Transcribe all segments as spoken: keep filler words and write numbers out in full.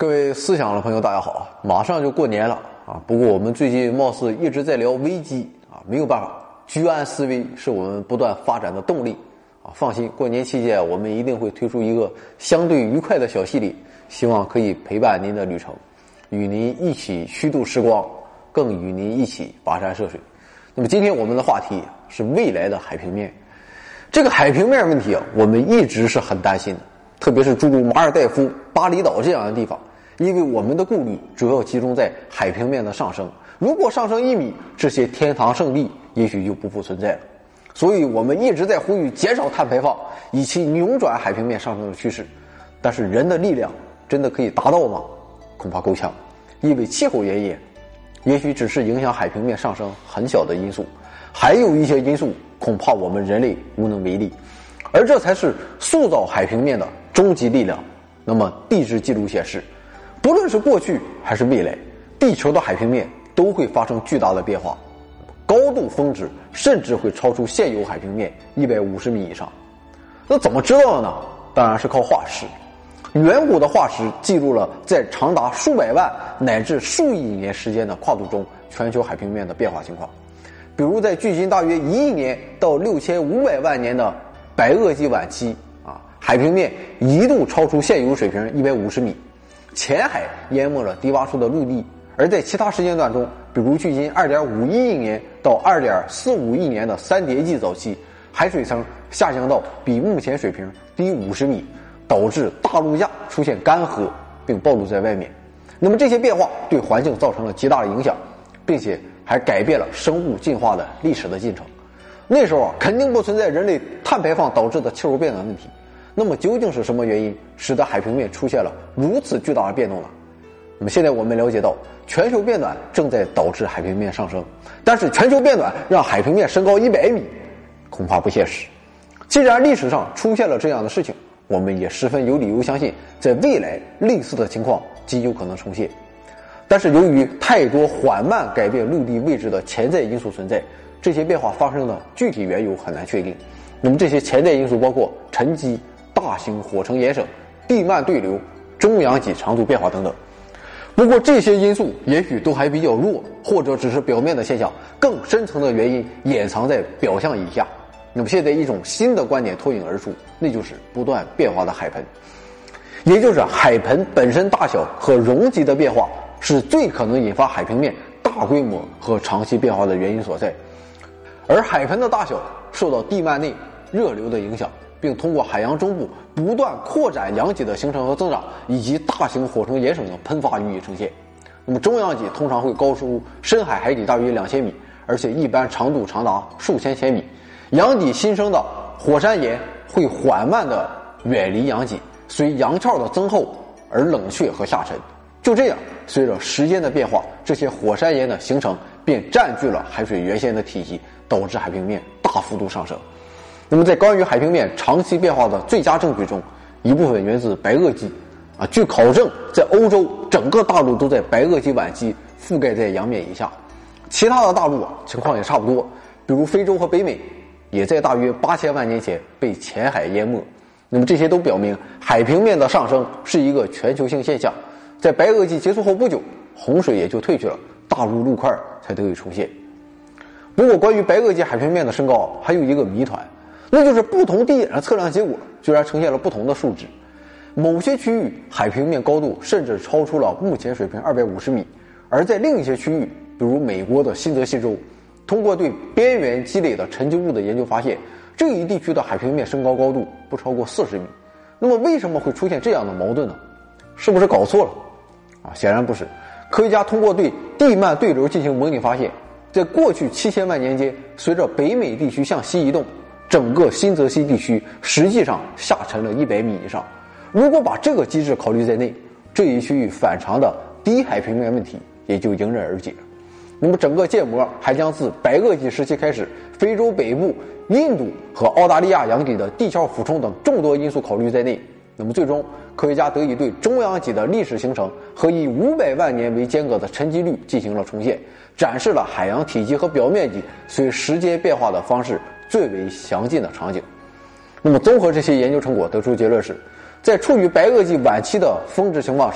各位思想的朋友大家好，马上就过年了啊！不过我们最近貌似一直在聊危机啊，没有办法，居安思危是我们不断发展的动力啊！放心，过年期间我们一定会推出一个相对愉快的小系列，希望可以陪伴您的旅程，与您一起虚度时光，更与您一起跋山涉水。那么今天我们的话题是未来的海平面。这个海平面问题啊，我们一直是很担心的，特别是诸如马尔代夫、巴厘岛这样的地方，因为我们的顾虑主要集中在海平面的上升。如果上升一米，这些天堂胜地也许就不复存在了。所以我们一直在呼吁减少碳排放，以期扭转海平面上升的趋势。但是人的力量真的可以达到吗？恐怕够呛，因为气候原因也许只是影响海平面上升很小的因素，还有一些因素恐怕我们人类无能为力，而这才是塑造海平面的终极力量。那么地质记录显示，不论是过去还是未来，地球的海平面都会发生巨大的变化，高度峰值甚至会超出现有海平面一百五十米以上。那怎么知道的呢？当然是靠化石。远古的化石记录了在长达数百万乃至数亿年时间的跨度中全球海平面的变化情况。比如在距今大约一亿年到六千五百万年的白垩纪晚期啊，海平面一度超出现有水平一百五十米，浅海淹没了低洼处的陆地。而在其他时间段中，比如距今 二点五一亿年到 二点四五亿年的三叠纪早期，海水层下降到比目前水平低五十米，导致大陆架出现干涸并暴露在外面。那么这些变化对环境造成了极大的影响，并且还改变了生物进化的历史的进程。那时候啊，肯定不存在人类碳排放导致的气候变暖问题。那么究竟是什么原因使得海平面出现了如此巨大的变动呢？那么现在我们了解到，全球变暖正在导致海平面上升，但是全球变暖让海平面升高一百米，恐怕不现实。既然历史上出现了这样的事情，我们也十分有理由相信，在未来类似的情况极有可能重现。但是由于太多缓慢改变陆地位置的潜在因素存在，这些变化发生的具体缘由很难确定。那么这些潜在因素包括沉积、大型火成岩省、地幔对流、中央极长度变化等等。不过这些因素也许都还比较弱，或者只是表面的现象，更深层的原因掩藏在表象以下。那么现在一种新的观点脱颖而出，那就是不断变化的海盆，也就是海盆本身大小和容积的变化是最可能引发海平面大规模和长期变化的原因所在。而海盆的大小受到地幔内热流的影响，并通过海洋中部不断扩展洋脊的形成和增长，以及大型火成岩省的喷发予以呈现。那么中央脊通常会高出深海海底大约两千米，而且一般长度长达数千千米。洋底新生的火山岩会缓慢地远离洋脊，随洋壳的增厚而冷却和下沉。就这样，随着时间的变化，这些火山岩的形成便占据了海水原先的体积，导致海平面大幅度上升。那么在关于海平面长期变化的最佳证据中，一部分源自白垩纪啊，据考证，在欧洲整个大陆都在白垩纪晚期覆盖在洋面以下，其他的大陆啊情况也差不多，比如非洲和北美也在大约八千万年前被浅海淹没。那么这些都表明海平面的上升是一个全球性现象。在白垩纪结束后不久，洪水也就退去了，大陆陆块才得以重现。不过关于白垩纪海平面的升高还有一个谜团，那就是不同地点的测量结果居然呈现了不同的数值。某些区域海平面高度甚至超出了目前水平二百五十米，而在另一些区域，比如美国的新泽西州，通过对边缘积累的沉积物的研究发现，这一地区的海平面升高高度不超过四十米。那么为什么会出现这样的矛盾呢？是不是搞错了啊？显然不是。科学家通过对地幔对流进行模拟发现，在过去七千万年间，随着北美地区向西移动，整个新泽西地区实际上下沉了一百米以上。如果把这个机制考虑在内，这一区域反常的低海平面问题也就迎刃而解。那么整个建模还将自白垩纪时期开始，非洲北部、印度和澳大利亚洋底的地壳俯冲等众多因素考虑在内。那么最终科学家得以对中央脊的历史形成和以五百万年为间隔的沉积率进行了重现，展示了海洋体积和表面积随时间变化的方式最为详尽的场景。那么综合这些研究成果得出结论是，在处于白垩纪晚期的峰值情况时，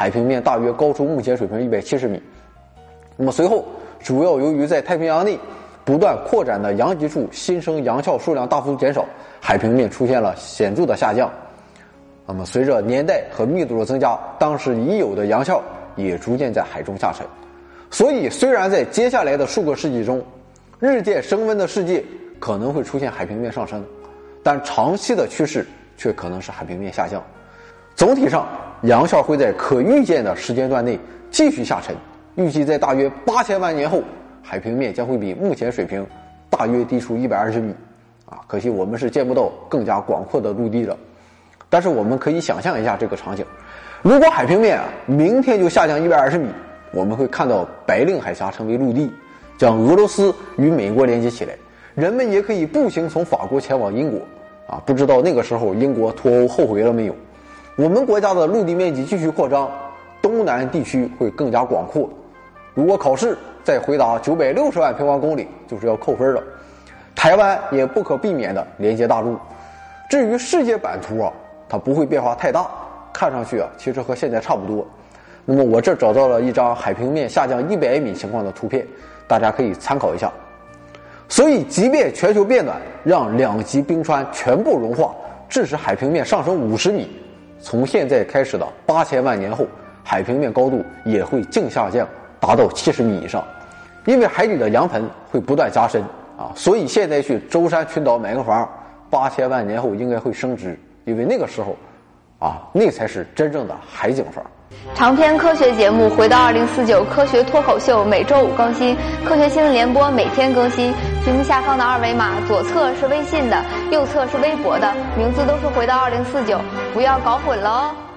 海平面大约高出目前水平一百七十米。那么随后，主要由于在太平洋内不断扩展的洋基处新生洋鞘数量大幅减少，海平面出现了显著的下降。那么随着年代和密度的增加，当时已有的洋鞘也逐渐在海中下沉。所以虽然在接下来的数个世纪中，日渐升温的世界可能会出现海平面上升，但长期的趋势却可能是海平面下降。总体上，洋鞘会在可预见的时间段内继续下沉，预计在大约八千万年后，海平面将会比目前水平大约低出一百二十米。啊，可惜我们是见不到更加广阔的陆地了。但是我们可以想象一下这个场景，如果海平面啊明天就下降一百二十米，我们会看到白令海峡成为陆地，将俄罗斯与美国连接起来，人们也可以步行从法国前往英国。啊，不知道那个时候英国脱欧后悔了没有？我们国家的陆地面积继续扩张，东南地区会更加广阔。如果考试再回答九百六十万平方公里，就是要扣分了。台湾也不可避免的连接大陆。至于世界版图啊，它不会变化太大，看上去啊，其实和现在差不多。那么我这找到了一张海平面下降一百米情况的图片，大家可以参考一下。所以，即便全球变暖让两极冰川全部融化，致使海平面上升五十米，从现在开始的八千万年后，海平面高度也会净下降达到七十米以上，因为海底的洋盆会不断加深啊，所以现在去舟山群岛买个房，八千万年后应该会升值，因为那个时候，啊，那才是真正的海景房。 长篇科学节目《回到二零四九科学脱口秀》每周五更新，科学新闻联播每天更新。屏幕下方的二维码，左侧是微信的，右侧是微博的，名字都是回到二零四九，不要搞混了哦。